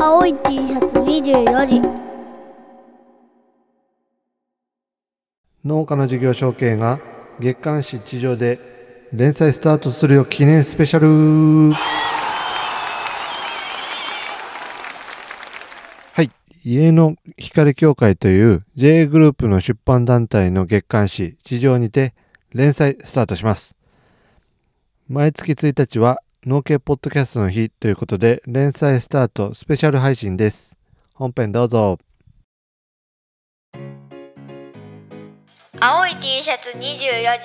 青い T シャツ24時。 農家の事業承継が月刊誌地上で連載スタートするよ記念スペシャル。はい、家の光協会という JA グループの出版団体の月刊誌地上にて連載スタートします。毎月1日は農系ポッドキャストの日ということで連載スタートスペシャル配信です。本編どうぞ。 青い T シャツ24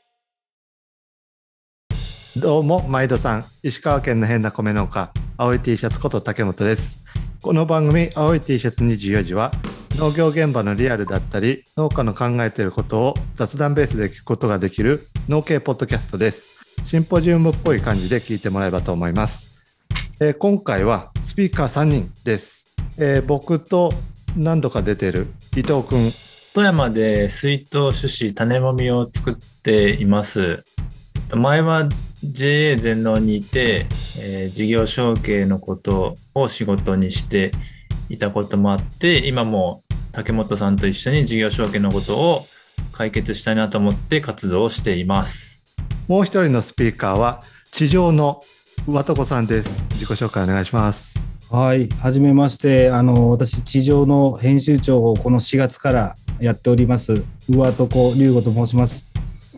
時。 どうも毎度さん、石川県の変な米農家青い T シャツこと竹本です。この番組青い T シャツ24時は農業現場のリアルだったり農家の考えていることを雑談ベースで聞くことができる農系ポッドキャストです。シンポジウムっぽい感じで聞いてもらえばと思います。今回はスピーカー3人です。僕と何度か出ている伊藤くん、 富山で水筒種子種もみを作っています。前は JA 全農にいて、事業承継のことを仕事にしていたこともあって、今も竹本さんと一緒に事業承継のことを解決したいなと思って活動をしています。 もう一人のスピーカーは地上の和床さんです。自己紹介お願いします。 はい、はじめまして。私地上の編集長をこの4月からやっております上床龍吾と申します。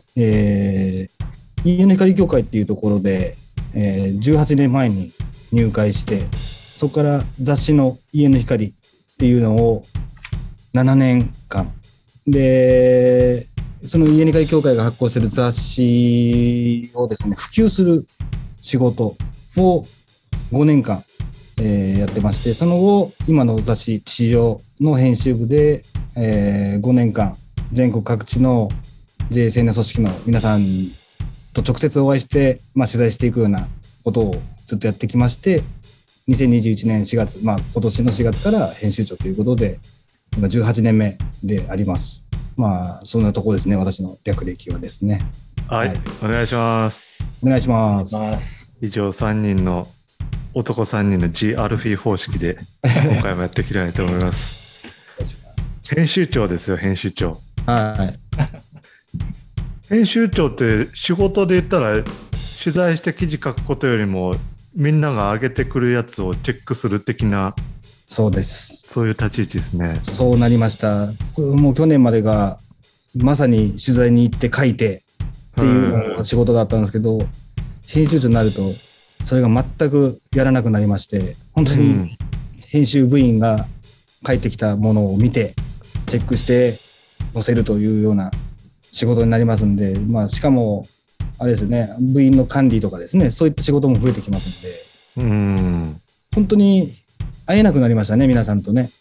家の光協会っていうところで、18年前に入会して、そこから雑誌の家の光っていうのを7年間で、その家の光協会が発行している雑誌をですね、普及する仕事を5年間やってまして、その後今の雑誌地上の編集部で、5年間全国各地の JA 青年組織の皆さんと直接お会いして、取材していくようなことをずっとやってきまして、2021年4月、今年の4月から編集長ということで今18年目であります。そんなところですね、私の略歴はですね。 はい、お願いします。 お願いします。 以上3人の男3人の G アルフィー方式で今回もやっていきたいと思います。編集長ですよ、編集長。 はい。 編集長って仕事で言ったら取材して記事書くことよりもみんなが上げてくるやつをチェックする的な、 そうです。 そういう立ち位置ですね。 そうなりました。もう去年までがまさに取材に行って書いてっていう仕事だったんですけど、編集長になるとそれが全くやらなくなりまして、本当に編集部員が書いてきたものを見てチェックして載せるというような仕事になりますんで、しかもあれですね、部員の管理とかですね、そういった仕事も増えてきますので、本当に会えなくなりましたね、皆さんとね。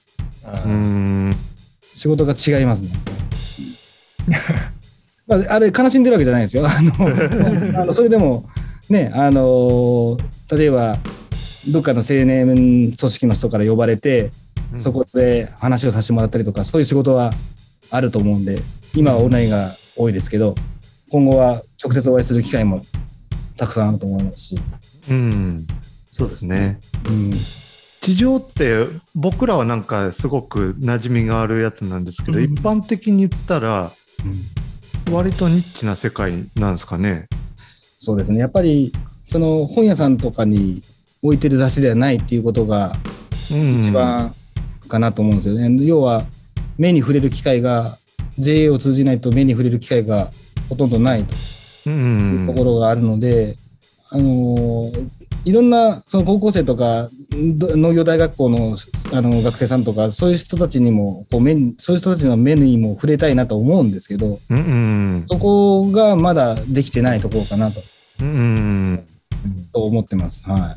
仕事が違いますね。あれ悲しんでるわけじゃないですよ。それでもね、例えばどっかの青年組織の人から呼ばれて、そこで話をさせてもらったりとか、そういう仕事はあると思うんで、今はオンラインが多いですけど、今後は直接お会いする機会もたくさんあると思いますし。 そうですね。地上って僕らはなんかすごく馴染みがあるやつなんですけど、一般的に言ったら割とニッチな世界なんですかね。 そうですね。やっぱりその本屋さんとかに置いてる雑誌ではないっていうことが一番かなと思うんですよね。要は目に触れる機会が JA を通じないと目に触れる機会がほとんどないというところがあるので、いろんなその高校生とか農業大学校の、学生さんとかそういう人たちにもそういう人たちの目にも触れたいなと思うんですけど、そこがまだできてないところかなと思ってます。はい。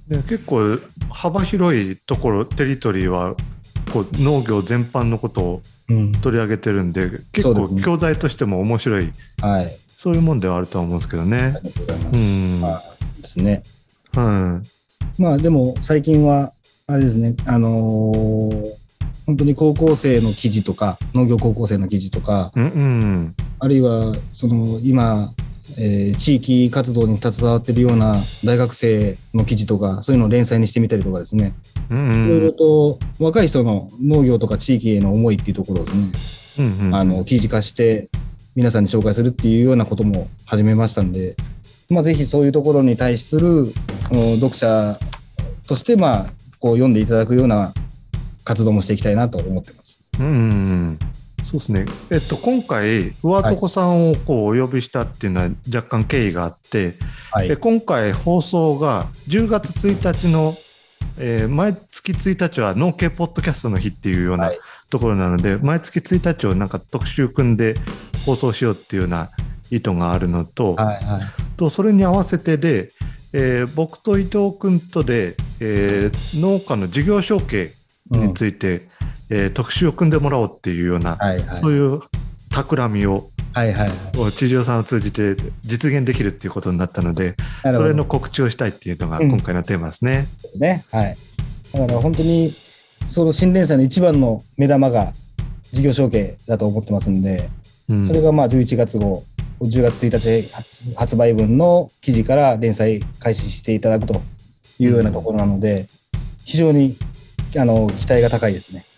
で結構幅広いところテリトリーはこう農業全般のことを取り上げてるんで、結構教材としても面白い、そういうもんではあるとは思うんですけどね。 ありがとうございます。ですね。でも最近はあれですね、本当に高校生の記事とか農業高校生の記事とか、あるいはその今地域活動に携わっているような大学生の記事とかそういうのを連載にしてみたりとかですね、いろいろと若い人の農業とか地域への思いっていうところをですね、記事化して皆さんに紹介するっていうようなことも始めましたんで、ぜひそういうところに対する読者としてこう読んでいただくような活動もしていきたいなと思ってます。 そうですね。今回上床さんをこうお呼びしたっていうのは若干経緯があって、今回放送が10月1日の、毎月1日は農系ポッドキャストの日っていうようなところなので、毎月1日をなんか特集組んで放送しようっていうような意図があるのと、とそれに合わせてで、僕と伊藤君とで、農家の事業承継について、特集を組んでもらおうっていうような、そういう企みを、地上さんを通じて実現できるっていうことになったので、それの告知をしたいっていうのが今回のテーマですね。 だから本当にその新連載の一番の目玉が事業承継だと思ってますんで、それが11月号10月1日発売分の記事から連載開始していただくというようなところなので、非常に期待が高いですね。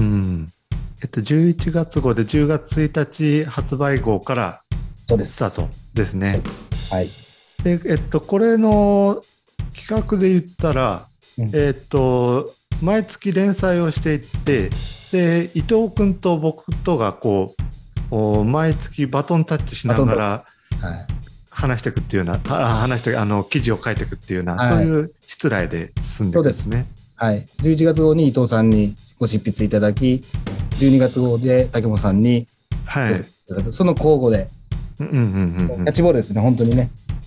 11月号で10月1日発売号からスタートですね。で、これの企画で言ったら、毎月連載をしていって、で伊藤君と僕とがこう毎月バトンタッチしながら話していくっていうような、記事を書いていくっていうような、そういうしつらいで進んでいくんですね。 11月号に伊藤さんにご執筆いただき、12月号で竹本さんに、その交互で、キャッチボールですね、本当にね。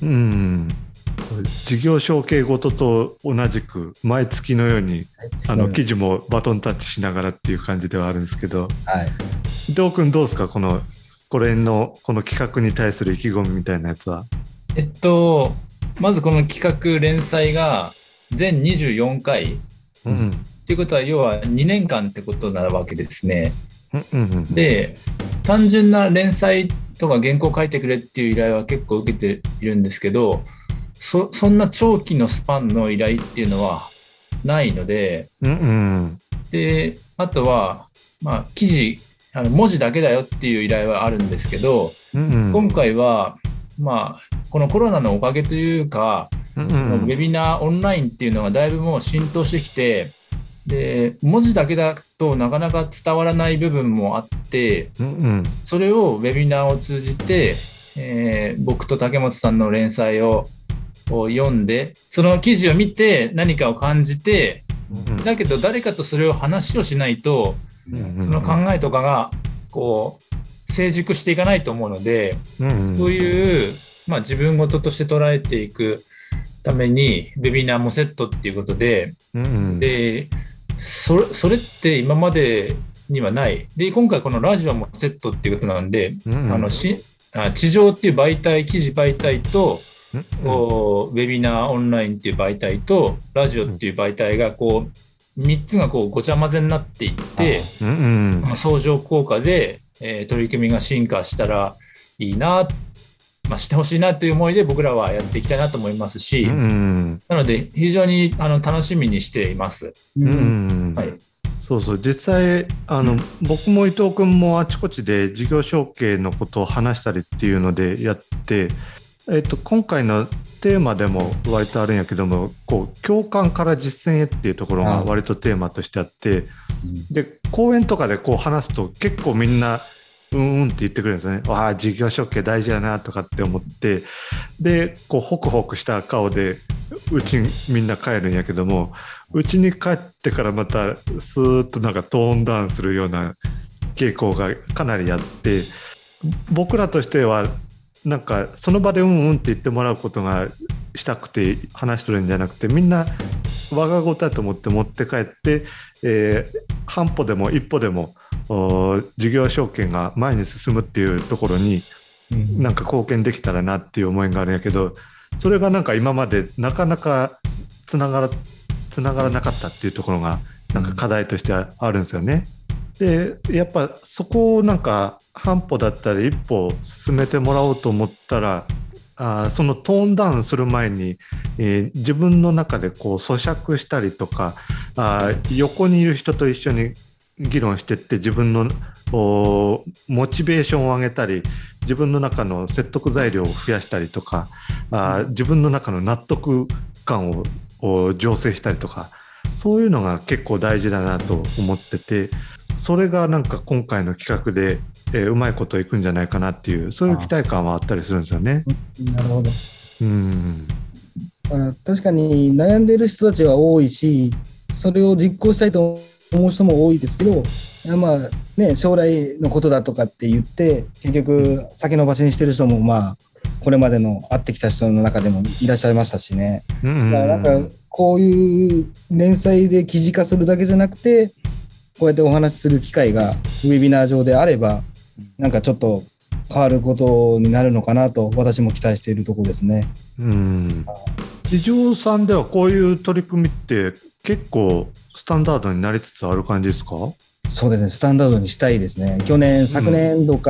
事業承継ごとと同じく毎月のように記事もバトンタッチしながらっていう感じではあるんですけど、伊藤君どうですか、この企画に対する意気込みみたいなやつは。 まずこの企画連載が全24回、っていうことは要は2年間ってことなわけですね。で、単純な連載とか原稿書いてくれっていう依頼は結構受けているんですけど、そんな長期のスパンの依頼っていうのはないので、で、あとは、記事、文字だけだよっていう依頼はあるんですけど、今回は、このコロナのおかげというか、ウェビナーオンラインっていうのがだいぶもう浸透してきて、で文字だけだとなかなか伝わらない部分もあって、それをウェビナーを通じて、僕と竹本さんの連載を読んで、その記事を見て何かを感じて、だけど誰かとそれを話をしないと、その考えとかがこう成熟していかないと思うので、そういう、自分事として捉えていくためにウェビナーもセットっていうことで、でそれって今までにはない。で今回このラジオもセットっていうことなんで、地上っていう媒体、記事媒体と、ウェビナーオンラインっていう媒体とラジオっていう媒体がこう3つがこうごちゃ混ぜになっていって、相乗効果で、取り組みが進化したらいいな、してほしいなという思いで僕らはやっていきたいなと思いますし、なので非常に楽しみにしています。 そうそう、実際僕も伊藤君もあちこちで事業承継のことを話したりっていうのでやって、今回のテーマでも割とあるんやけども、こう共感から実践へっていうところが割とテーマとしてあって、で講演とかでこう話すと結構みんなって言ってくれるんですね。事業承継大事やなとかって思って、でこうホクホクした顔でうちにみんな帰るんやけども、うちに帰ってからまたスーッとなんかトーンダウンするような傾向がかなりあって、僕らとしてはなんかその場でって言ってもらうことがしたくて話してるんじゃなくて、みんな我が事だと思って持って帰って、半歩でも一歩でも事業承継が前に進むっていうところになんか貢献できたらなっていう思いがあるんやけど、それがなんか今までなかなかつながらなかったっていうところがなんか課題としてあるんですよね。でやっぱそこをなんか半歩だったり一歩進めてもらおうと思ったら、 そのトーンダウンする前に、自分の中でこう咀嚼したりとか、横にいる人と一緒に議論していって自分のモチベーションを上げたり、自分の中の説得材料を増やしたりとか、自分の中の納得感を醸成したりとか、そういうのが結構大事だなと思ってて、それがなんか今回の企画で、うまいこといくんじゃないかなっていう、そういう期待感はあったりするんですよね。 なるほど。 うんだから確かに悩んでいる人たちは多いし、それを実行したいと思う人も多いですけど、まあね、将来のことだとかって言って結局先延ばしにしてる人もこれまでの会ってきた人の中でもいらっしゃいましたしね。なんかこういう連載で記事化するだけじゃなくて、こうやってお話しする機会がウェビナー上であれば、なんかちょっと変わることになるのかなと私も期待しているところですね。 地上さんではこういう取り組みって結構スタンダードになりつつある感じですか？ そうですね、スタンダードにしたいですね。昨年度から、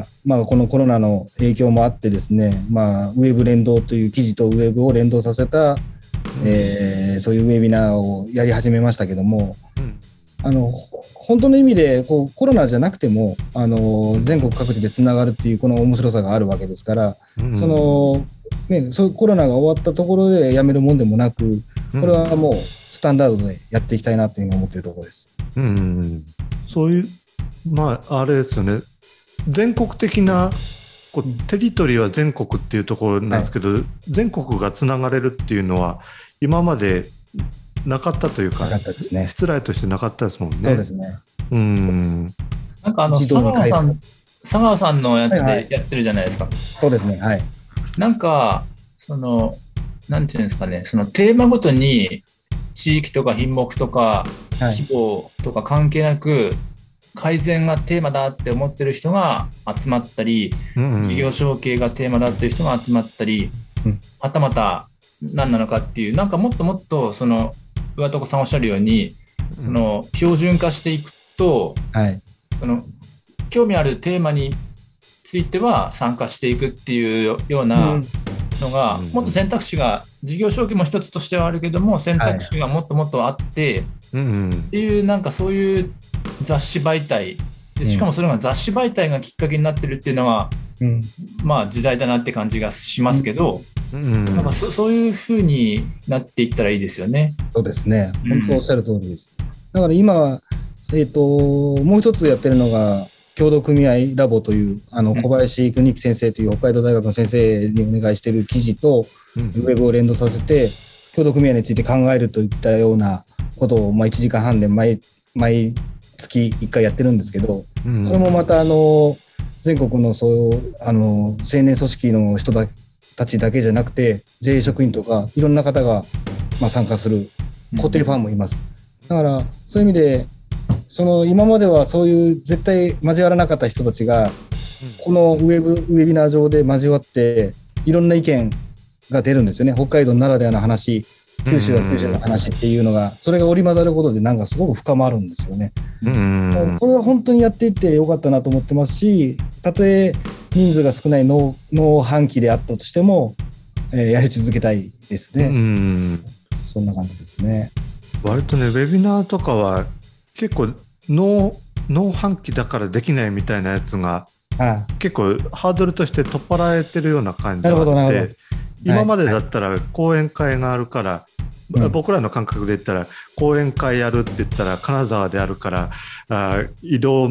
このコロナの影響もあってですね、ウェブ連動という記事とウェブを連動させた、そういうウェビナーをやり始めましたけども、本当の意味でコロナじゃなくても全国各地でつながるっていうこの面白さがあるわけですから、そういうコロナが終わったところでやめるもんでもなく、これはもうスタンダードでやっていきたいなというふうに思っているところです。 そういうあれですよね、全国的なテリトリーは全国っていうところなんですけど、全国がつながれるっていうのは今までなかったというか、 なかったですね。 失礼としてなかったですもんね。 そうですね。 なんか佐川さんのやつでやってるじゃないですか。 そうですね。はい。 なんかなんていうんですかね、そのテーマごとに地域とか品目とか規模とか関係なく改善がテーマだって思ってる人が集まったり、事業承継がテーマだっていう人が集まったり、はたまた何なのかっていう、なんかもっともっとその上床さんおっしゃるように、その標準化していくと、その興味あるテーマについては参加していくっていうようなのが、もっと選択肢が事業承継も一つとしてはあるけども、選択肢がもっともっとあって、っていう、なんかそういう雑誌媒体で、しかもそれが雑誌媒体がきっかけになってるっていうのは、時代だなって感じがしますけど、なんかそういう風になっていったらいいですよね。 そうですね。本当おっしゃる通りです。だから今は、もう一つやってるのが協同組合ラボという小林邦之先生という北海道大学の先生にお願いしている記事とウェブを連動させて協同組合について考えるといったようなことを1時間半で毎月1回やってるんですけど、それもまた全国の青年組織の人たちだけじゃなくて JA 職員とかいろんな方が参加するこってりファンもいます。だからそういう意味で今まではそういう絶対交わらなかった人たちがこのウェビナー上で交わっていろんな意見が出るんですよね。北海道ならではの話、九州は九州の話っていうのが、それが織り交ざることでなんかすごく深まるんですよね。これは本当にやっていってよかったなと思ってますし、たとえ人数が少ない農繁期であったとしても、やり続けたいですね。そんな感じですね。 割とね、ウェビナーとかは結構農繁期だからできないみたいなやつが結構ハードルとして取っ払えてるような感じがあって、今までだったら講演会があるから、僕らの感覚で言ったら講演会やるって言ったら金沢であるから移動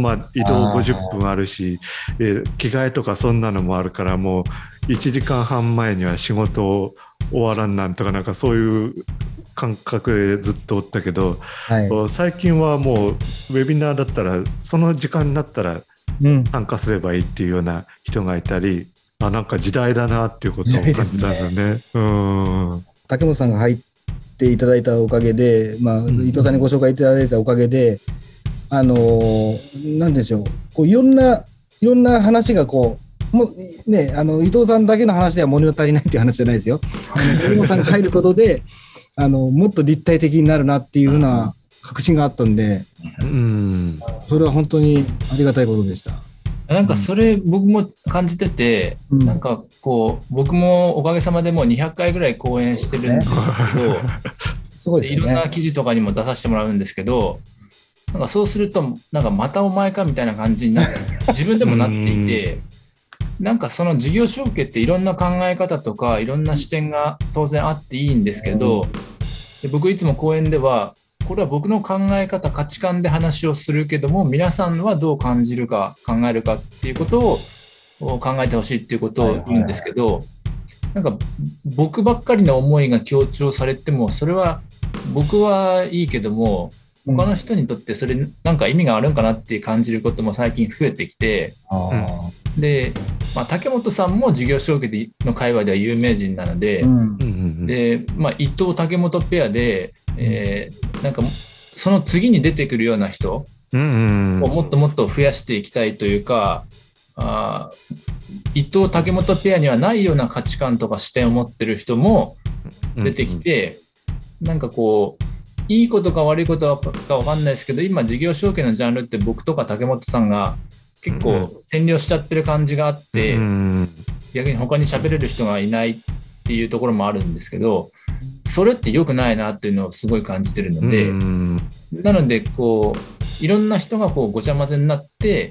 50分あるし、着替えとかそんなのもあるからもう1時間半前には仕事終わらんなんとか、なんかそういう感覚でずっとおったけど、最近はもうウェビナーだったらその時間になったら参加すればいいっていうような人がいたり、なんか時代だなっていうことを感じたんだよね。 竹本さんが入っていただいたおかげで、伊藤さんにご紹介いただいたおかげで、なんでしょう、いろんな話がもうね、伊藤さんだけの話では物足りないっていう話じゃないですよ。竹本さんが入ることでもっと立体的になるなっていうふうな確信があったんで、それは本当にありがたいことでした。 なんかそれ僕も感じてて、なんかこう僕もおかげさまでもう200回ぐらい講演してるんですけど、 すごいですよね。 いろんな記事とかにも出させてもらうんですけど、なんかそうするとなんかまたお前かみたいな感じになって自分でもなっていて、なんかその事業承継っていろんな考え方とかいろんな視点が当然あっていいんですけど、で僕いつも講演ではこれは僕の考え方価値観で話をするけども、皆さんはどう感じるか考えるかっていうことを考えてほしいっていうことを言うんですけど、なんか僕ばっかりの思いが強調されてもそれは僕はいいけども、他の人にとってそれなんか意味があるんかなって感じることも最近増えてきて、で、竹本さんも事業承継の界隈では有名人なので、で、伊藤竹本ペアで、なんかその次に出てくるような人をもっともっと増やしていきたいというか、伊藤竹本ペアにはないような価値観とか視点を持ってる人も出てきて、なんかこういいことか悪いことか分かんないですけど、今事業承継のジャンルって僕とか竹本さんが結構占領しちゃってる感じがあって、逆に他に喋れる人がいないっていうところもあるんですけど、それって良くないなっていうのをすごい感じてるので、なのでこういろんな人がこうごちゃ混ぜになって、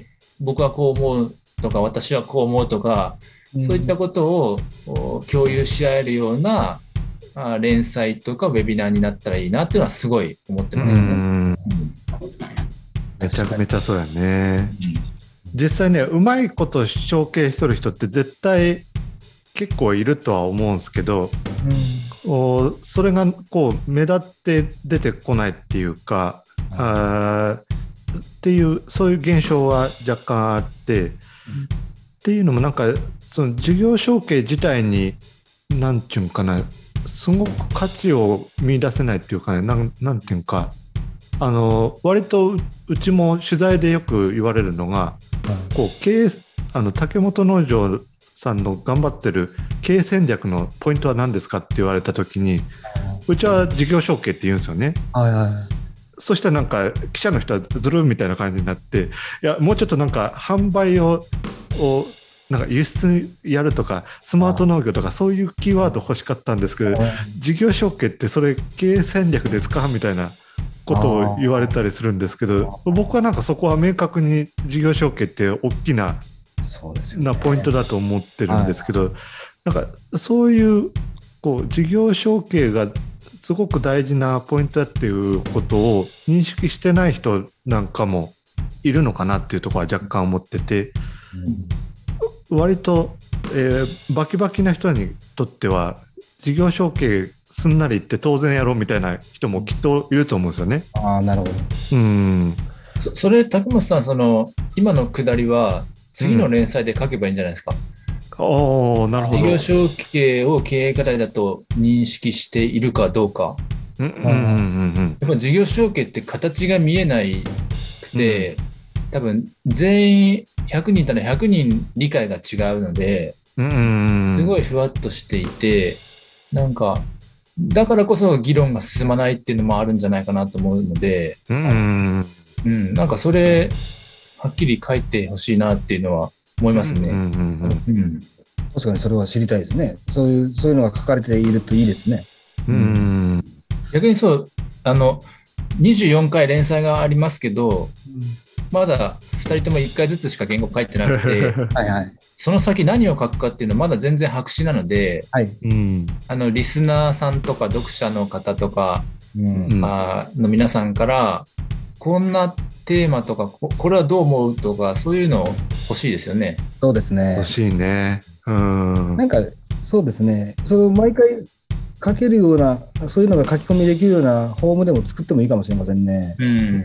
僕はこう思うとか私はこう思うとか、そういったことを共有し合えるような連載とかウェビナーになったらいいなっていうのはすごい思ってますよね。 めちゃめちゃそうやね。実際ね、うまいこと承継しとる人って絶対結構いるとは思うんですけど、それがこう目立って出てこないっていうか、っていうそういう現象は若干あって、っていうのもなんかその事業承継自体になんていうかな、すごく価値を見出せないっていうかね、なんていうか、割とうちも取材でよく言われるのが、こう経営竹本農場さんの頑張ってる経営戦略のポイントは何ですかって言われた時に、うちは事業承継って言うんですよね。そしたらなんか記者の人はずるみたいな感じになって、いやもうちょっとなんか販売をなんか輸出やるとかスマート農業とかそういうキーワード欲しかったんですけど、事業承継ってそれ経営戦略ですかみたいなことを言われたりするんですけど、僕はなんかそこは明確に事業承継って大きなポイントだと思ってるんですけど、なんかそういうこう事業承継がすごく大事なポイントだっていうことを認識してない人なんかもいるのかなっていうところは若干思ってて、割と、バキバキな人にとっては事業承継すんなり言って当然やろうみたいな人もきっといると思うんですよね。 なるほど。それ竹本さん、その今のくだりは次の連載で書けばいいんじゃないですか。 なるほど。 事業承継を経営課題だと認識しているかどうか。やっぱ事業承継って形が見えないくて、多分全員100人いたら100人理解が違うので、すごいふわっとしていて、なんかだからこそ議論が進まないっていうのもあるんじゃないかなと思うので、なんかそれはっきり書いてほしいなっていうのは思いますね。 確かにそれは知りたいですね。そういうのが書かれているといいですね。 逆にそう、24回連載がありますけど、まだ2人とも1回ずつしか原稿書いてなくてその先何を書くかっていうのはまだ全然白紙なので、リスナーさんとか読者の方とか、の皆さんからこんなテーマとか これはどう思うとか、そういうの欲しいですよね。 そうですね。 欲しいね。 なんかそうですね。それを毎回書けるような、そういうのが書き込みできるようなフォームでも作ってもいいかもしれませんね。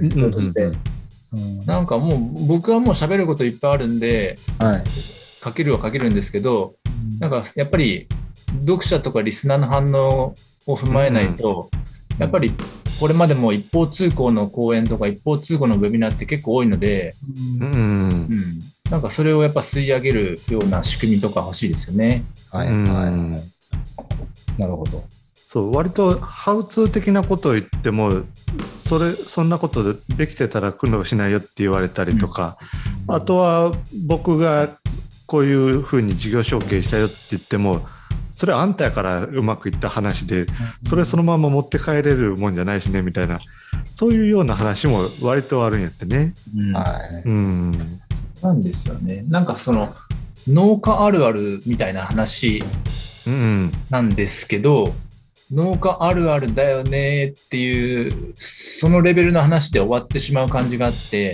なんかもう僕はもう喋ることいっぱいあるんで、書けるは書けるんですけど、なんかやっぱり読者とかリスナーの反応を踏まえないと、やっぱりこれまでも一方通行の講演とか一方通行のウェビナーって結構多いので、なんかそれをやっぱ吸い上げるような仕組みとか欲しいですよね。 なるほど。 そう割とハウツー的なことを言ってもそんなことできてたら苦労しないよって言われたりとか、 あとは僕がこういうふうに事業承継したよって言っても、それあんたやからうまくいった話で、それそのまま持って帰れるもんじゃないしねみたいな、そういうような話も割とあるんやってね。 はい。 なんですよね。なんかその農家あるあるみたいな話なんですけど、農家あるあるだよねっていうそのレベルの話で終わってしまう感じがあって、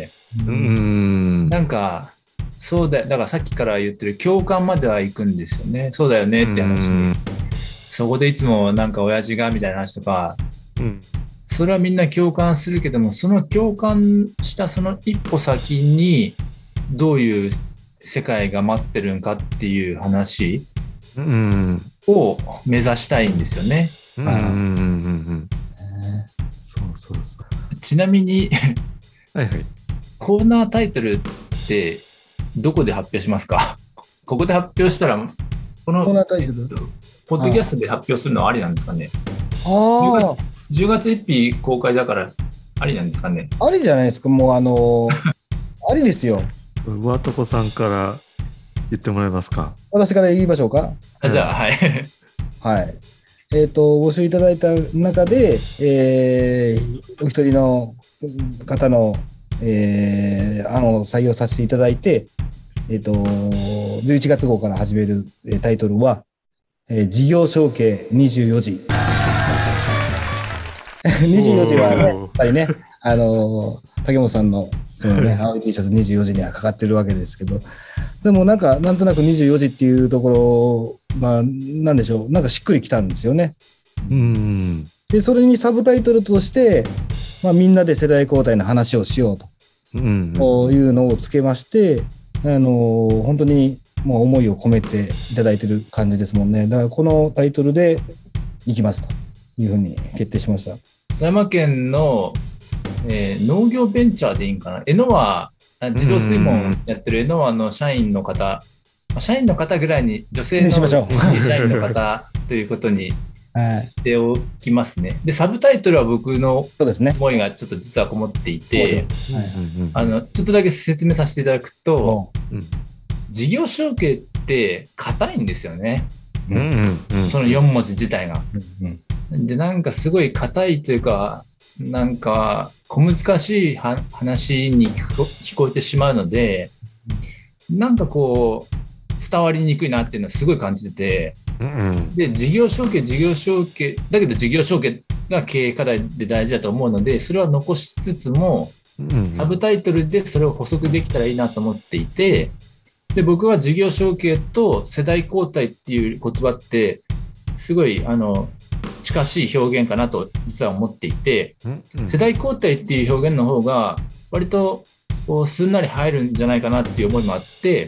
なんかそうだよ、だからさっきから言ってる共感までは行くんですよね。そうだよねって話に、そこでいつもなんか親父がみたいな話とか、それはみんな共感するけども、その共感したその一歩先にどういう世界が待ってるんかっていう話を目指したいんですよね。ちなみにはいはい、 コーナータイトルってどこで発表しますか？ここで発表したら、このコーナータイトル、 ポッドキャストで発表するのはありなんですかね？10月1日公開だからありなんですかね？ ありじゃないですか。もうありですよ。 上床さんから言ってもらえますか？ 私から言いましょうか。 じゃあ、はい。 はい。募集いただいた中で、お一人の方の、案を採用させていただいて、11月号から始めるタイトルは、事業承継24時。24時はね、やっぱりね、竹本さんの、青い T シャツ24時にはかかってるわけですけど、でもなんとなく24時っていうところが、なんでしょう、なんかしっくりきたんですよね。で、それにサブタイトルとして、みんなで世代交代の話をしようというのをつけまして、本当にもう思いを込めていただいてる感じですもんね。だからこのタイトルでいきますというふうに決定しました。 富山県の、農業ベンチャーでいいんかな、エノワ自動水門やってるエノワの社員の方ぐらいに女性の社員の方ということにしておきますね。で、サブタイトルは僕の思いがちょっと実はこもっていて、ちょっとだけ説明させていただくと、事業承継って硬いんですよね。その4文字自体が。で、なんかすごい硬いというか、なんか小難しい話に聞こえてしまうので、なんかこう伝わりにくいなっていうのはすごい感じてて、で、事業承継だけど事業承継が経営課題で大事だと思うので、それは残しつつもサブタイトルでそれを補足できたらいいなと思っていて、で、僕は事業承継と世代交代っていう言葉ってすごい近しい表現かなと実は思っていて、世代交代っていう表現の方が割とすんなり入るんじゃないかなっていう思いもあって、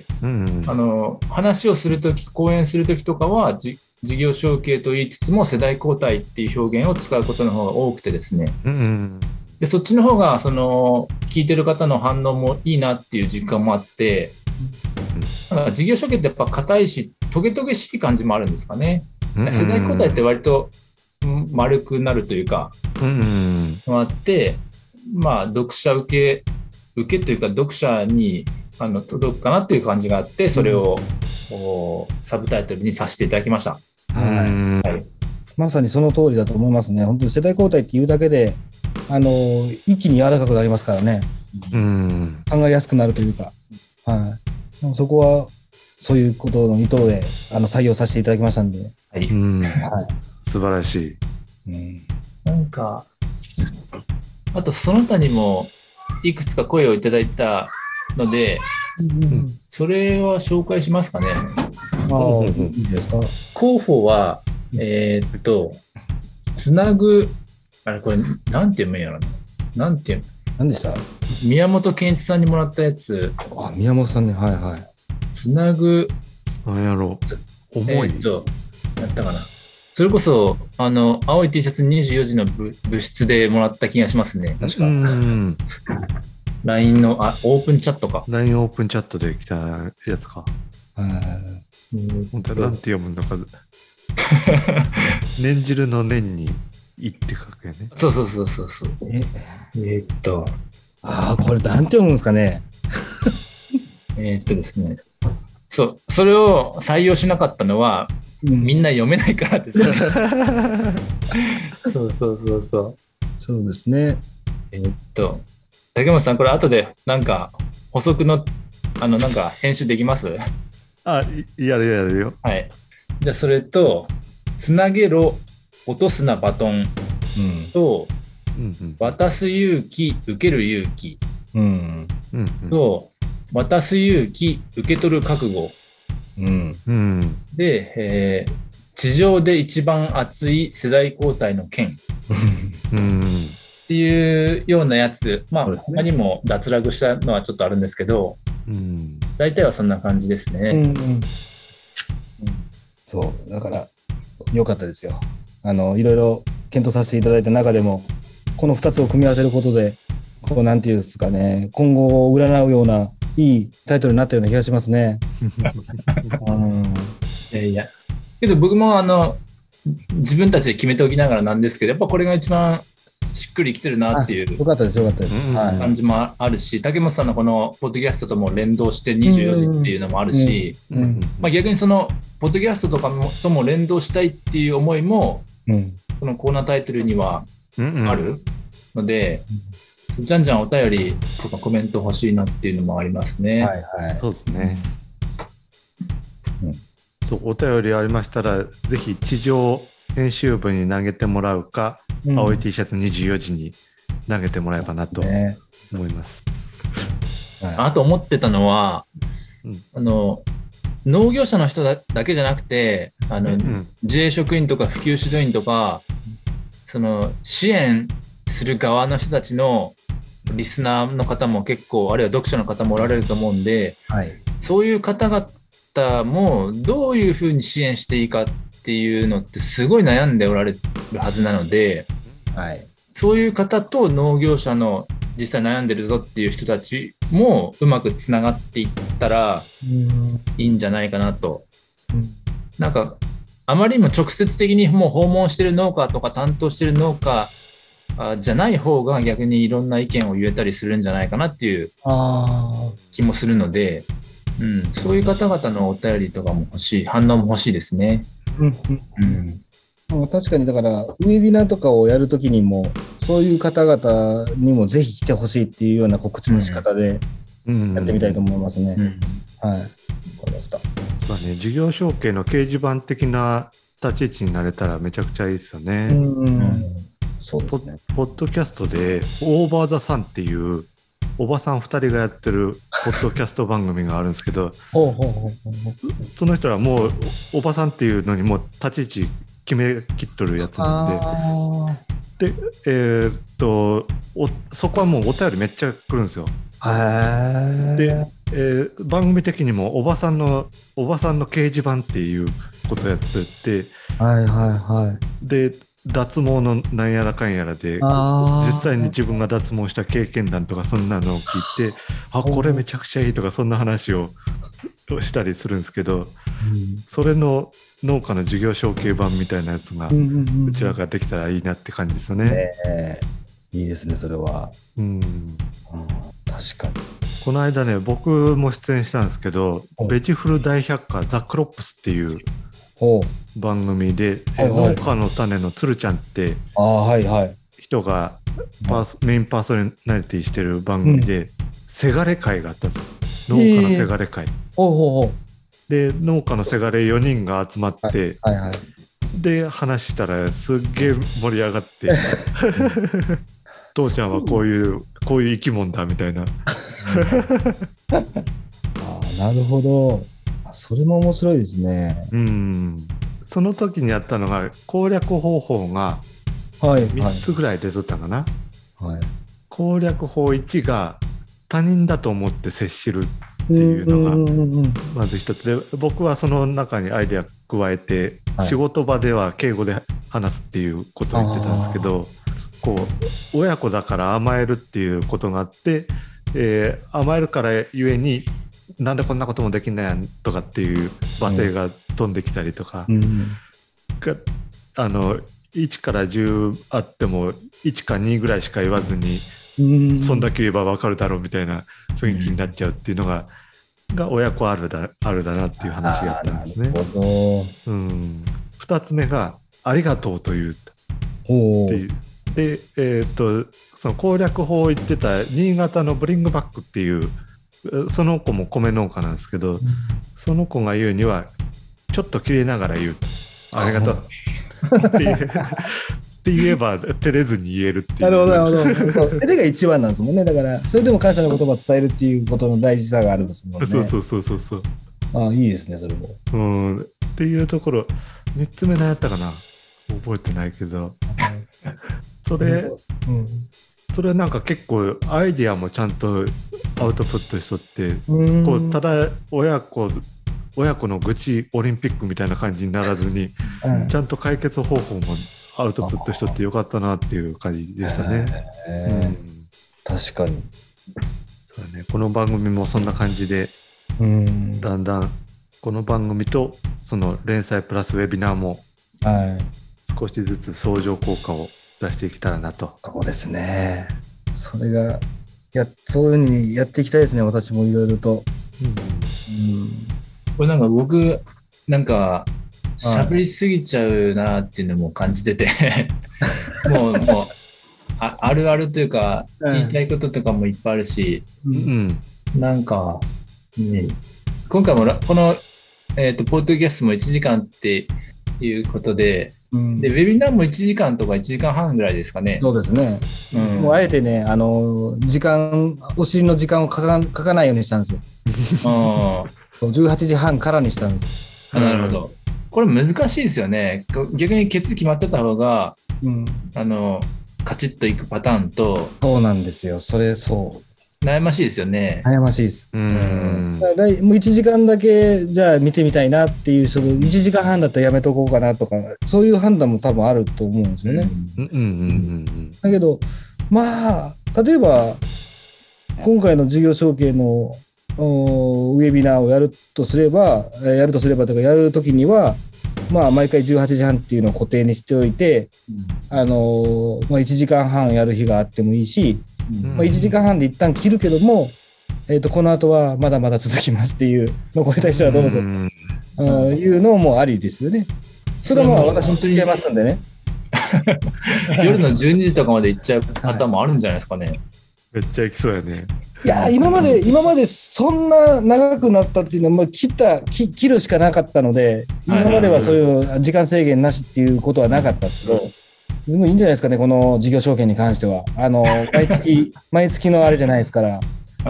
話をするとき、講演するときとかは事業承継と言いつつも世代交代っていう表現を使うことの方が多くてですね、でそっちの方が聞いてる方の反応もいいなっていう実感もあって、なんか事業承継ってやっぱ硬いしトゲトゲしい感じもあるんですかね。世代交代って割と丸くなるというか、あって、読者受けというか読者に届くかなという感じがあって、それをサブタイトルにさせていただきました。 まさにその通りだと思いますね。本当に世代交代っていうだけで一気に柔らかくなりますからね。考えやすくなるというか、そこはそういうことの意図で採用させていただきましたんで、 素晴らしい。 なんかあとその他にもいくつか声をいただいたので、それは紹介しますかね。 いいですか。 候補はつなぐ、これなんて読むんやろな。なんでした？ 宮本健一さんにもらったやつ。 宮本さんね、 つなぐ。 なんやろう。重い。 やったかな。それこそ青い T シャツ24時の部室でもらった気がしますね。確か。LINE のオープンチャットか。 LINE オープンチャットで来たやつか。本当なんて読むのか。念汁の念にいって書くよね。 そう。 これなんて読むんですかね。 ですね。そう、それを採用しなかったのは、みんな読めないからですね。そうそうそうそう。 そうですね。 竹本さん、これ後でなんか補足のなんか編集できます？ あ、やるやるよ。 はい。じゃあそれと、つなげろ、落とすなバトンと、渡す勇気、受ける勇気と、渡す勇気、受け取る覚悟。で、地上で一番熱い世代交代の件っていうようなやつ、まあ他にも脱落したのはちょっとあるんですけど、大体はそんな感じですね。 そうだから良かったですよ。いろいろ検討させていただいた中でも、この2つを組み合わせることで、こうなんていうんですかね、今後を占うようないいタイトルになったような気がしますね。 いやけど僕も自分たちで決めておきながらなんですけど、やっぱこれが一番しっくりきてるなっていうよかったですよかったです、 感じもあるし、竹本さんのこのポッドキャストとも連動して24時っていうのもあるし、まあ、逆にそのポッドキャストとかとも連動したいっていう思いも、このコーナータイトルにはあるので、じゃんじゃんお便りとかコメント欲しいなっていうのもありますね。 そうですね。そう、お便りありましたら、ぜひ地上編集部に投げてもらうか、青い T シャツ24時に投げてもらえばなと思います。 あと思ってたのは、農業者の人だけじゃなくて、自営職員とか普及指導員とか、その支援する側の人たちのリスナーの方も結構、あるいは読者の方もおられると思うんで、そういう方々もどういうふうに支援していいかっていうのってすごい悩んでおられるはずなので、そういう方と農業者の実際悩んでるぞっていう人たちもうまくつながっていったらいいんじゃないかなと。なんかあまりにも直接的にもう訪問してる農家とか担当してる農家じゃない方が逆にいろんな意見を言えたりするんじゃないかなっていう気もするので、そういう方々のお便りとかも欲しい、反応も欲しいですね。 確かに、だからウェビナーとかをやるときにもそういう方々にもぜひ来てほしいっていうような告知の仕方でやってみたいと思いますね。わかりました。 そうだね、事業承継の掲示板的な立ち位置になれたらめちゃくちゃいいですよね。 そうですね。 ポッドキャストでオーバーザさんっていうおばさん2人がやってるポッドキャスト番組があるんですけどその人らもうおばさんっていうのにもう立ち位置決めきっとるやつなんで、そこはもうお便りめっちゃ来るんですよ。で、番組的にもおばさんの掲示板っていうことやってて、で脱毛のなんやらかんやらで実際に自分が脱毛した経験談とかそんなのを聞いて、これめちゃくちゃいいとかそんな話をしたりするんですけど、それの農家の事業承継版みたいなやつがうちらができたらいいなって感じですよね。 いいですね、それは。確かに。 この間ね、僕も出演したんですけど、ベジフル大百科ザ・クロップスっていう番組で、農家の種のつるちゃんって人がメインパーソナリティしてる番組で、せがれ会があったんですよ。農家のせがれ会。で農家のせがれ4人が集まって、で話したらすっげえ盛り上がって父ちゃんはこういう生き物だみたいななるほど。それも面白いですね。 その時にやったのが攻略方法が3つぐらい出とったかな。攻略法1が他人だと思って接しるっていうのがまず一つで、僕はその中にアイデア加えて、仕事場では敬語で話すっていうことを言ってたんですけど、こう親子だから甘えるっていうことがあって、甘えるからゆえになんでこんなこともできんないやんとかっていう罵声が飛んできたりとか、1から10あっても1か2ぐらいしか言わずにそんだけ言えば分かるだろうみたいな雰囲気になっちゃうっていうのがが親子あるだなっていう話があったんですね。 なるほど。 2つ目がありがとうというってほう。 いう。で、その攻略法を言ってた新潟のブリングバックっていうその子も米農家なんですけど、その子が言うにはちょっと切れながら言うとありがとうって言えば照れずに言えるっていう。 なるほど、なるほど。それが一番なんですもんね。だから、それでも感謝の言葉を伝えるっていうことの大事さがあるんですもんね。 そう。 ああ、いいですね、それも。 っていうところ、3つ目何やったかな覚えてないけど、それなんか結構アイディアもちゃんとアウトプットしとって、こうただ親子の愚痴オリンピックみたいな感じにならずに、ちゃんと解決方法もアウトプットしとってよかったなっていう感じでしたね。 確かに。 そうね、この番組もそんな感じで、だんだんこの番組とその連載プラスウェビナーも少しずつ相乗効果を出していけたらなと。 そうですね。それがそういうふうにやっていきたいですね。私もいろいろと。 これなんか僕なんか喋りすぎちゃうなっていうのも感じててもうあるあるというか、言いたいこととかもいっぱいあるし、なんか、ね、今回もこの、ポッドキャストも1時間っていうことで、でウェビナーも1時間とか1時間半ぐらいですかね。 そうですね。もうあえてね、時間、お尻の時間を書かないようにしたんですよ。18時半からにしたんです。 なるほど。これ難しいですよね。逆にケツ決まってた方が、カチッといくパターンと。 そうなんですよ。そう。 悩ましいですよね。 悩ましいです。もう1時間だけじゃあ見てみたいなっていう、その1時間半だったらやめとこうかなとか、そういう判断も多分あると思うんですよね。だけど、まあ、例えば、今回の事業承継のウェビナーをやるとすればというか、やるときには、まあ、毎回18時半っていうのを固定にしておいて、1時間半やる日があってもいいし、1時間半で一旦切るけども、この後はまだまだ続きますっていう、残りたい人はどうぞ、いうのもありですよね。それはまあ私に付けますんでね。 夜の12時とかまで行っちゃうパターンもあるんじゃないですかね。 めっちゃ行きそうやね。 いや今までそんな長くなったっていうのは、もう切るしかなかったので、今まではそういう時間制限なしっていうことはなかったですけど、でもいいんじゃないですかね、この事業承継に関しては。毎月のあれじゃないですから。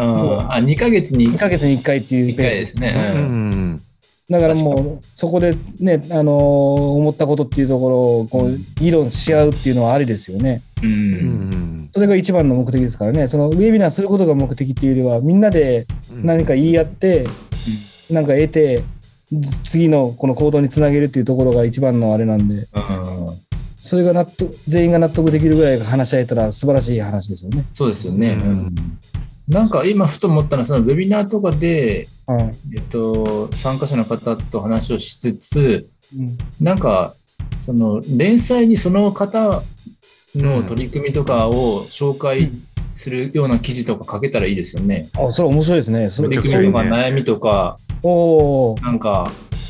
2ヶ月に 1回っていうペースですね。 だからもうそこでね、思ったことっていうところをこう議論し合うっていうのはありですよね。それが一番の目的ですからね。そのウェビナーすることが目的っていうよりは、みんなで何か言い合って、なんか得て、次のこの行動につなげるっていうところが一番のあれなんで、それが全員が納得できるぐらい話し合えたら素晴らしい話ですよね。 そうですよね。なんか今ふと思ったのは、そのウェビナーとかで、参加者の方と話をしつつ、なんかその連載にその方の取り組みとかを紹介するような記事とか書けたらいいですよね。 それ面白いですね。 取り組みとか悩みとか、なんか、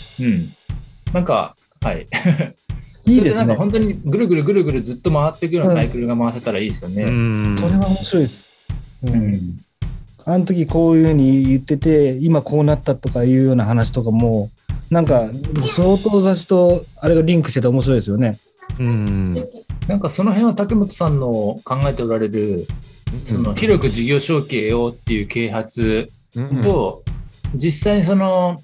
はい。いいですね。なんか本当にぐるぐるずっと回っていくようなサイクルが回せたらいいですよね。 それは面白いです。あの時こういうふうに言ってて、今こうなったとかいうような話とかも、なんか相当雑誌とあれがリンクしてて面白いですよね。 なんかその辺は竹本さんの考えておられる、その広く事業承継をっていう啓発と、実際にその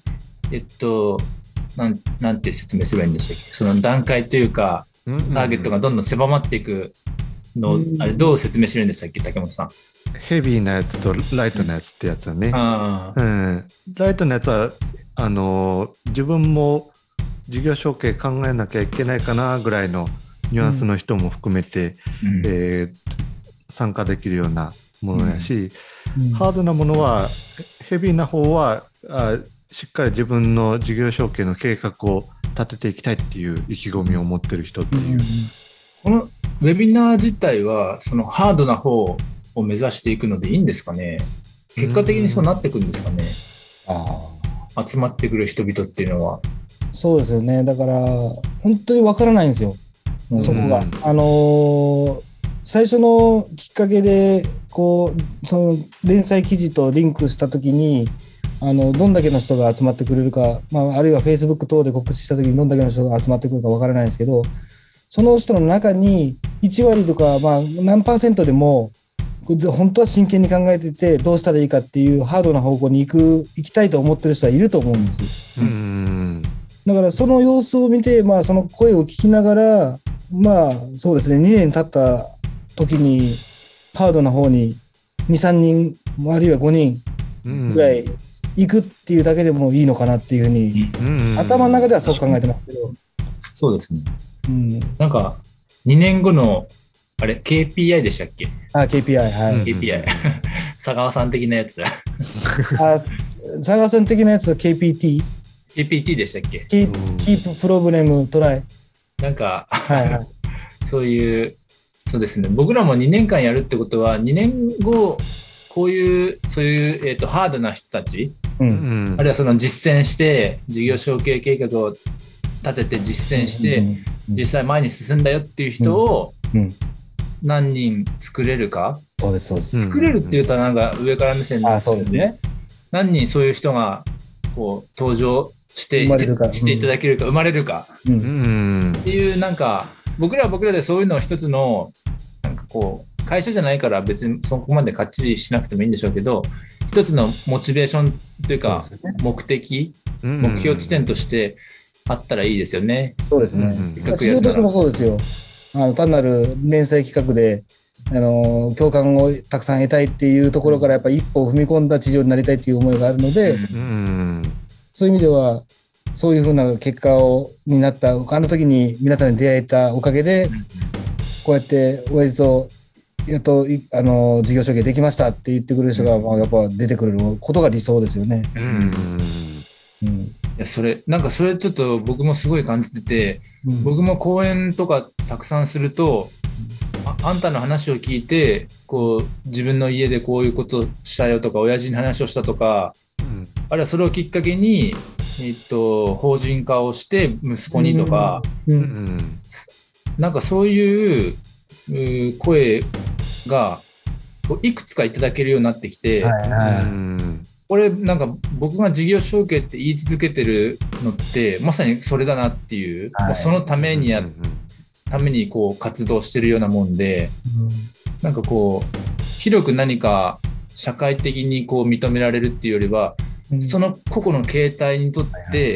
なんて説明すればいいんでしたっけ、その段階というか、ターゲットがどんどん狭まっていくの、あれどう説明してるんでしたっけ、竹本さん。 ヘビーなやつとライトなやつってやつだね。ライトなやつは自分も事業承継考えなきゃいけないかなぐらいのニュアンスの人も含めて、参加できるようなものやし、ハードなものはヘビーな方はしっかり自分の事業承継の計画を立てていきたいっていう意気込みを持ってる人っていう、 このウェビナー自体はそのハードな方を目指していくのでいいんですかね。結果的にそうなっていくんですかね。 あ集まってくる人々っていうのは。 そうですよね。だから本当にわからないんですよ、そこが。最初のきっかけでこうその連載記事とリンクしたときにどんだけの人が集まってくれるか、あるいは Facebook 等で告知したときにどんだけの人が集まってくるかわからないんですけど、その人の中に1割とか、何%でも本当は真剣に考えててどうしたらいいかっていうハードな方向に行きたいと思ってる人はいると思うんです。だからその様子を見て、その声を聞きながら、そうですね、2年経った時にハードな方に2、3人あるいは5人ぐらい行くっていうだけでもいいのかなっていうふうに、頭の中ではそう考えてますけど。 そうですね。なんか2年後のあれ KPI でしたっけ ？KPI、はい。 KPI 佐川さん的なやつだ。 佐川さん的なやつは KPT。KPT でしたっけ ？Keep Problem Try。 なんかそうですね。僕らも2年間やるってことは2年後そういう、ハードな人たち、あるいはその実践して事業承継計画を立てて実践して実際前に進んだよっていう人を何人作れるか。 そうです。 作れるって言うとなんか上から目線なんですよね。何人そういう人がこう登場していただけるか、生まれるかっていう、なんか僕らは僕らでそういうのを一つのなんかこう会社じゃないから別にそこまでかっちりしなくてもいいんでしょうけど、一つのモチベーションというか目的、目標地点としてあったらいいですよね。 そうですね。企業としてもそうですよ。単なる連載企画で共感をたくさん得たいっていうところからやっぱり一歩踏み込んだ地上になりたいっていう思いがあるので、そういう意味ではそういうふうな結果になった時に皆さんに出会えたおかげでこうやって親父とやっと事業承継できましたって言ってくれる人がやっぱ出てくることが理想ですよね。 いやそれちょっと僕もすごい感じてて、僕も講演とかたくさんすると、あんたの話を聞いてこう自分の家でこういうことしたよとか親父に話をしたとか、あるいはそれをきっかけに、法人化をして息子にとか、なんかそういう声がいくつかいただけるようになってきて、これなんか僕が事業承継って言い続けてるのってまさにそれだなっていう、もうそのためにこう活動してるようなもんで、なんかこう広く何か社会的にこう認められるっていうよりは、その個々の形態にとって、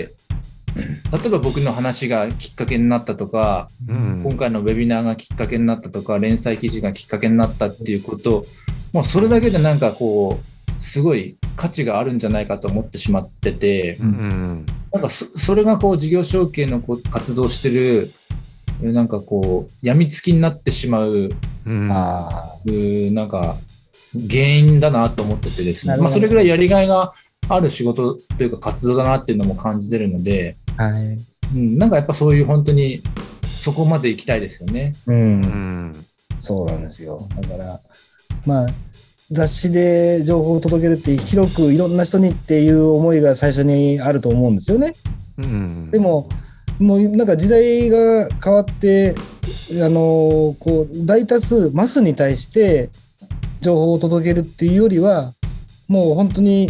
例えば僕の話がきっかけになったとか、今回のウェビナーがきっかけになったとか、連載記事がきっかけになったっていうこと、もうそれだけでなんかこうすごい価値があるんじゃないかと思ってしまってて、なんかそれがこう事業承継の活動してるなんかこう病みつきになってしまう、なんか原因だなと思っててですね、それぐらいやりがいがある仕事というか活動だなっていうのも感じてるので、なんかやっぱそういう本当にそこまで行きたいですよね。 そうなんですよ。だから雑誌で情報を届けるって広くいろんな人にっていう思いが最初にあると思うんですよね。でももうなんか時代が変わってこう大多数マスに対して情報を届けるっていうよりは、もう本当に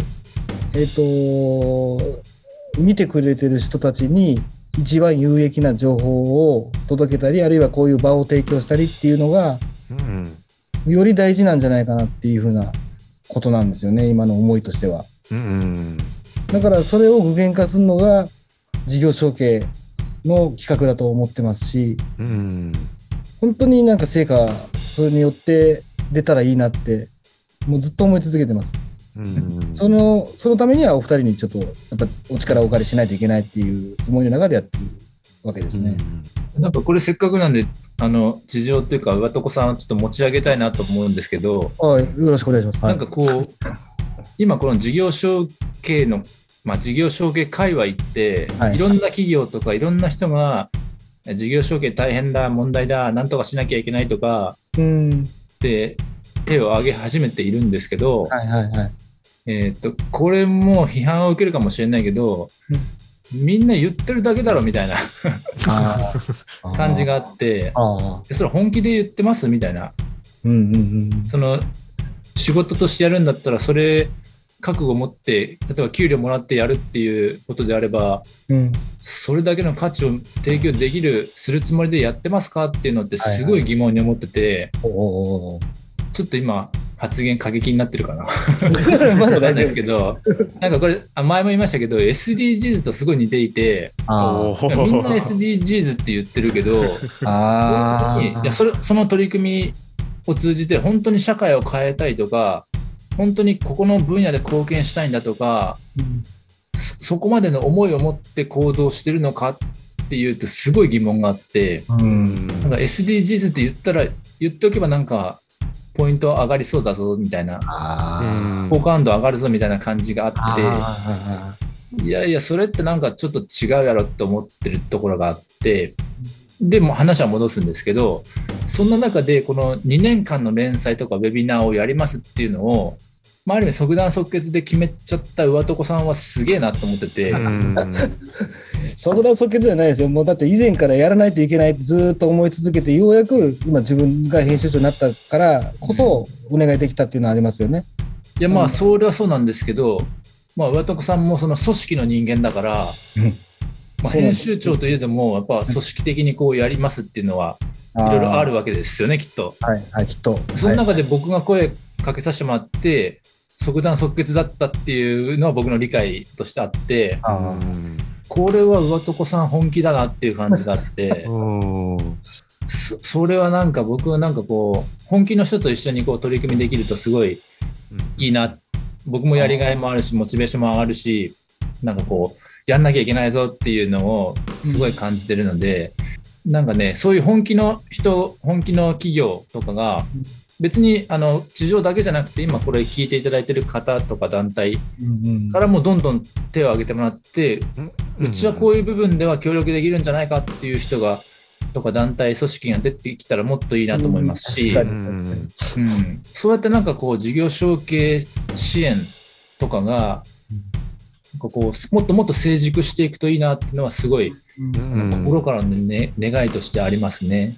見てくれてる人たちに一番有益な情報を届けたり、あるいはこういう場を提供したりっていうのが、より大事なんじゃないかなっていうふうなことなんですよね、今の思いとしては。だからそれを具現化するのが事業承継の企画だと思ってますし、本当になんか成果それによって出たらいいなってもうずっと思い続けてます。そのためにはお二人にちょっとやっぱお力をお借りしないといけないっていう思いの中でやってるわけですね。 なんかこれせっかくなんで地上というか上床さんをちょっと持ち上げたいなと思うんですけど、 よろしくお願いします。 なんかこう今この事業承継の事業承継界隈って、いろんな企業とかいろんな人が事業承継大変だ、問題だ、なんとかしなきゃいけないとかで手を挙げ始めているんですけど、 これも批判を受けるかもしれないけど、みんな言ってるだけだろみたいな感じがあって、それ本気で言ってますみたいな、その仕事としてやるんだったらそれ覚悟を持って例えば給料もらってやるっていうことであれば、それだけの価値を提供できるするつもりでやってますかっていうのってすごい疑問に思ってて、ちょっと今発言過激になってるかなまだないですけど、なんかこれ前も言いましたけど SDGs とすごい似ていて、みんな SDGs って言ってるけど、いやその取り組みを通じて本当に社会を変えたいとか、本当にここの分野で貢献したいんだとか、そこまでの思いを持って行動してるのかっていうとすごい疑問があって、なんか SDGs って言っておけばなんかポイント上がりそうだぞみたいな、好感度上がるぞみたいな感じがあって、いやいやそれってなんかちょっと違うやろって思ってるところがあって、でも話は戻すんですけど、そんな中でこの2年間の連載とかウェビナーをやりますっていうのを、ある意味即断即決で決めちゃった上床さんはすげえなと思ってて、 即断即決じゃないですよ。もうだって以前からやらないといけないってずっと思い続けて、ようやく今自分が編集長になったからこそお願いできたっていうのはありますよね。 いやまあそれはそうなんですけど、上床さんもその組織の人間だから、編集長といえどもやっぱ組織的にこうやりますっていうのはいろいろあるわけですよね、きっと。 きっと。 その中で僕が声かけさせてもらって即断即決だったっていうのは僕の理解としてあって、これは上床さん本気だなっていう感じがあってそれはなんか僕はなんかこう本気の人と一緒にこう取り組みできるとすごいいいな、僕もやりがいもあるしモチベーションも上がるし、なんかこうやんなきゃいけないぞっていうのをすごい感じてるので、なんかねそういう本気の人、本気の企業とかが別に地上だけじゃなくて今これ聞いていただいてる方とか団体からもどんどん手を挙げてもらって、うちはこういう部分では協力できるんじゃないかっていう人がとか団体組織が出てきたらもっといいなと思いますし、そうやってなんかこう事業承継支援とかがこうもっともっと成熟していくといいなっていうのはすごい心からの、願いとしてありますね。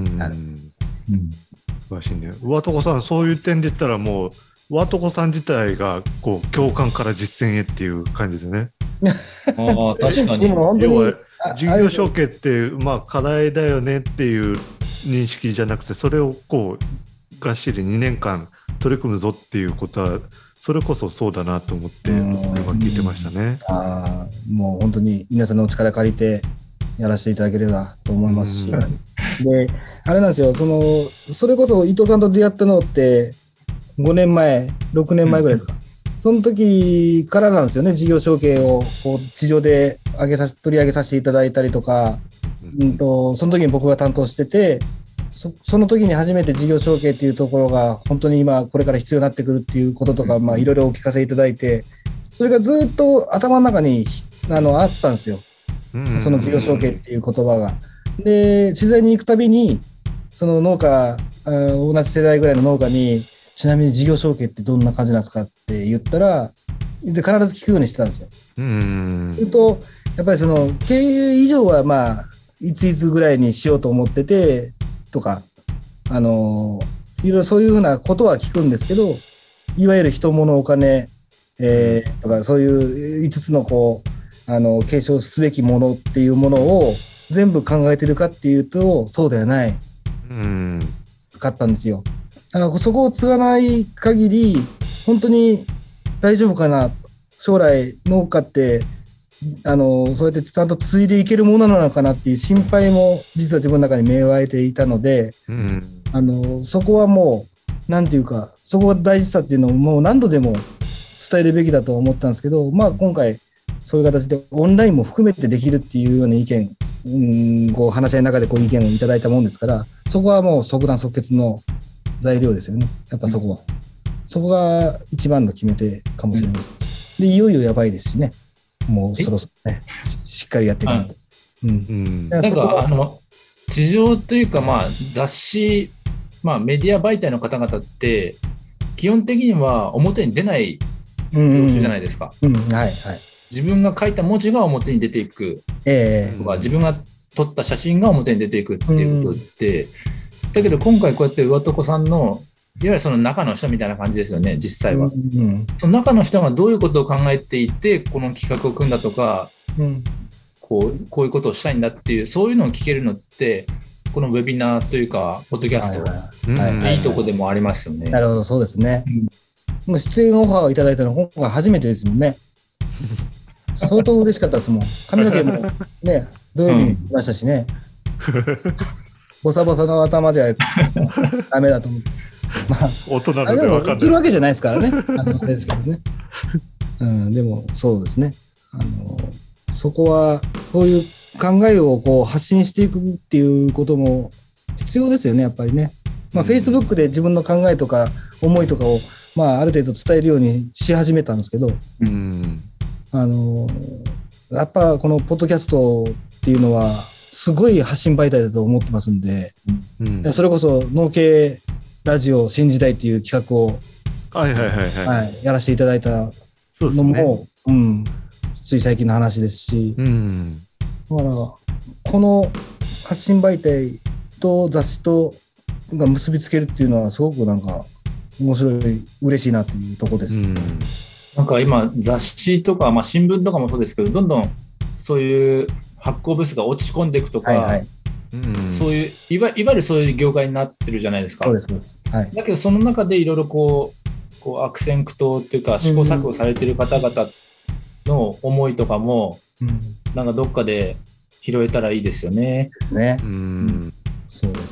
素晴らしいね。上床さん、そういう点で言ったらもう上床さん自体がこう共感から実践へっていう感じですね。 確かに。 要は事業承継って課題だよねっていう認識じゃなくて、それをこうがっしり2年間取り組むぞっていうことはそれこそそうだなと思って今聞いてましたね。 もう本当に皆さんのお力借りてやらせていただければと思いますし、であれなんですよ、それこそ伊藤さんと出会ったのって5年前6年前ぐらいですか、その時からなんですよね。事業承継をこう地上で取り上げさせていただいたりとか、その時に僕が担当してて、その時に初めて事業承継っていうところが本当に今これから必要になってくるっていうこととか、いろいろお聞かせいただいて、それがずっと頭の中にあったんですよ、その事業承継っていう言葉が。で取材に行くたびにその農家、同じ世代ぐらいの農家に、ちなみに事業承継ってどんな感じなんですかって言ったら、必ず聞くようにしてたんですよ。するとやっぱりその経営以上はいついつぐらいにしようと思っててとか、いろいろそういうふうなことは聞くんですけど、いわゆる人物お金、とかそういう5つのこう継承すべきものっていうものを全部考えてるかっていうとそうではないかったんですよ。だからそこを継がない限り本当に大丈夫かな、将来農家ってそうやってちゃんと継いでいけるものなのかなっていう心配も実は自分の中に芽生えていたので、そこはもうなんていうか、そこが大事さっていうのをもう何度でも伝えるべきだと思ったんですけど、今回そういう形でオンラインも含めてできるっていうような意見、こう話し合いの中でこう意見をいただいたもんですから、そこはもう即断即決の材料ですよね。やっぱそこが一番の決め手かもしれない。でいよいよやばいですしね、もうそろそろねしっかりやっていかないと。 なんか地上というか雑誌、メディア媒体の方々って基本的には表に出ない業種じゃないですか。 はいはい。 自分が書いた文字が表に出ていくとか、自分が撮った写真が表に出ていくっていうことで、だけど今回こうやって上床さんのいわゆるその中の人みたいな感じですよね、実際は。その中の人がどういうことを考えていてこの企画を組んだとか、こういうことをしたいんだっていう、そういうのを聞けるのってこのウェビナーというかポッドキャスト、いいとこでもありますよね。 なるほど、そうですね。もう出演オファーをいただいたのは今回初めてですもんね。相当嬉しかったですもん。髪の毛もね、土曜日に来ましたしね。ボサボサの頭ではダメだと思って。まあ、 大人ので分かんない。 映るわけじゃないですからね。ですけどね。でもそうですね。そこはそういう考えをこう発信していくっていうことも必要ですよね、やっぱりね。まあ、Facebook で自分の考えとか思いとかを、まあ、ある程度伝えるようにし始めたんですけど、やっぱこのポッドキャストっていうのはすごい発信媒体だと思ってますんで、それこそ農系ラジオ新時代っていう企画をやらせていただいたのも、つい最近の話ですし、だからこの発信媒体と雑誌とが結びつけるっていうのはすごくなんか面白い、嬉しいなっていうところです。 なんか今雑誌とか、まあ、新聞とかもそうですけど、どんどんそういう発行部数が落ち込んでいくとか、そういういわゆるそういう業界になってるじゃないですか。 そうですそうです、 だけどその中でいろいろこう悪戦苦闘っていうか試行錯誤されてる方々の思いとかも、なんかどっかで拾えたらいいですよね。 そうです。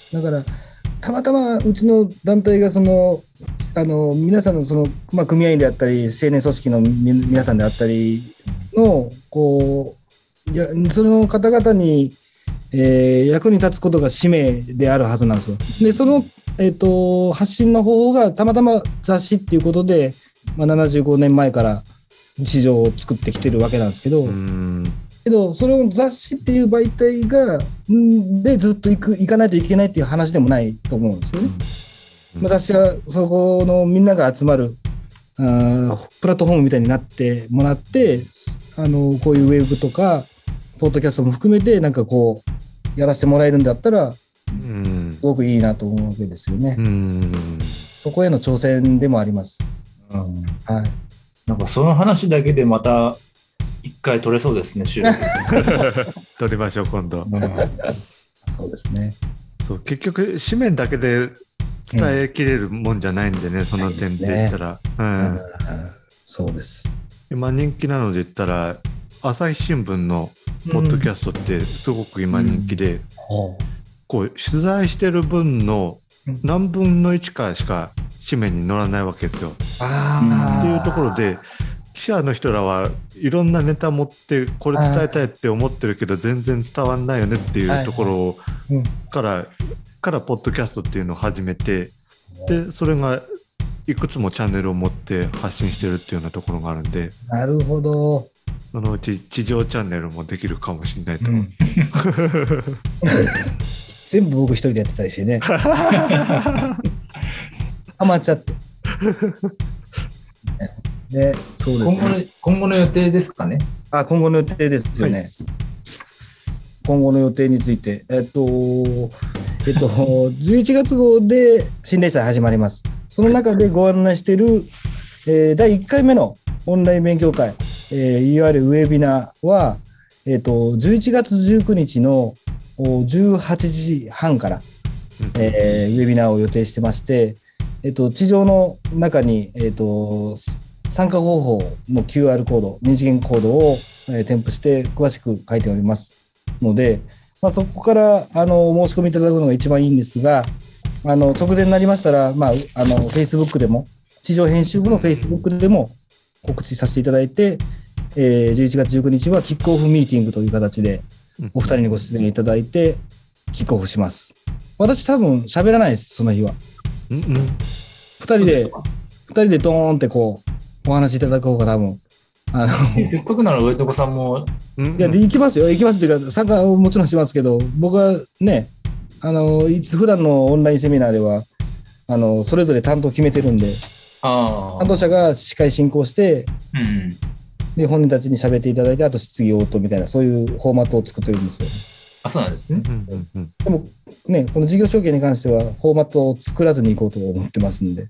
だからたまたまうちの団体が皆さんのまあ、組合員であったり青年組織の皆さんであったりのこうその方々に、役に立つことが使命であるはずなんですよ。でその、発信の方法がたまたま雑誌っていうことで、まあ、75年前から市場を作ってきてるわけなんですけど、それを雑誌っていう媒体でずっと行かないといけないっていう話でもないと思うんですよね。まあ、雑誌はそこのみんなが集まるプラットフォームみたいになってもらって、こういうウェブとかポッドキャストも含めてなんかこうやらせてもらえるんだったらすごくいいなと思うわけですよね。そこへの挑戦でもあります。 なんかその話だけでまた一回取れそうですね、収録。 取りましょう今度。 そうですね。 そう、結局紙面だけで伝えきれるもんじゃないんでね、その点で言ったら、 そうです。 今人気なので言ったら朝日新聞のポッドキャストってすごく今人気で、こう取材してる分の何分の1かしか紙面に載らないわけですよ。っていうところで記者の人らはいろんなネタ持ってこれ伝えたいって思ってるけど全然伝わんないよねっていうところからポッドキャストっていうのを始めて、でそれがいくつもチャンネルを持って発信してるっていうようなところがあるんで、 なるほど。 そのうち地上チャンネルもできるかもしれないと、 全部僕一人でやってたりしてね。ハマっちゃって。ね、そうですね。 今後の予定ですかね。 今後の予定ですよね。今後の予定について、11月号で新連載始まります。その中でご案内している、第1回目のオンライン勉強会、いわゆるウェビナーは、11月19日の18時半から、ウェビナーを予定してまして、地上の中に、参加方法の QR コード、二次元コードを、添付して詳しく書いておりますので、まあ、そこから申し込みいただくのが一番いいんですが、直前になりましたら、Facebook でも、地上編集部の Facebook でも告知させていただいて、11月19日はキックオフミーティングという形で、お二人にご出演いただいて、キックオフします。私多分喋らないです、その日は。二人でドーンってこう、お話しいただく方が多分。 せっかくなら上床さんも。 いや、行きますよ。行きますっていうか、参加はもちろんしますけど、僕はね、普段のオンラインセミナーでは、それぞれ担当決めてるんで、 ああ。 担当者が司会進行して、 うん。 で、本人たちに喋っていただいて、あと質疑応答みたいな、そういうフォーマットを作ってるんですよ。 あ、そうなんですね。 でもね、この事業承継に関しては、フォーマットを作らずにいこうと思ってますんで。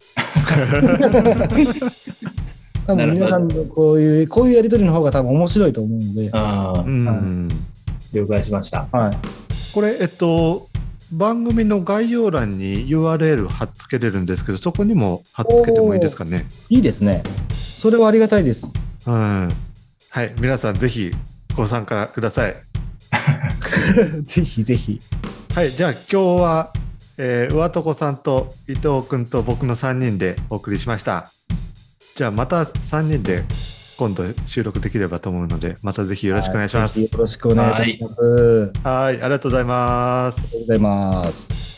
多分皆さんのこういうやり取りの方が多分面白いと思うので。 ああ、 うん了解しました。 はい。 これ、番組の概要欄に URL 貼っつけれるんですけど、そこにも貼っつけてもいいですかね。 いいですね。それはありがたいです。 うん。はい、皆さんぜひご参加ください。 ぜひぜひ。 はい、じゃあ今日は、上床さんと伊藤君と僕の3人でお送りしました。じゃあまた3人で今度収録できればと思うので、またぜひよろしくお願いします。 よろしくお願いいたします。 はい、ありがとうございます。 ありがとうございます。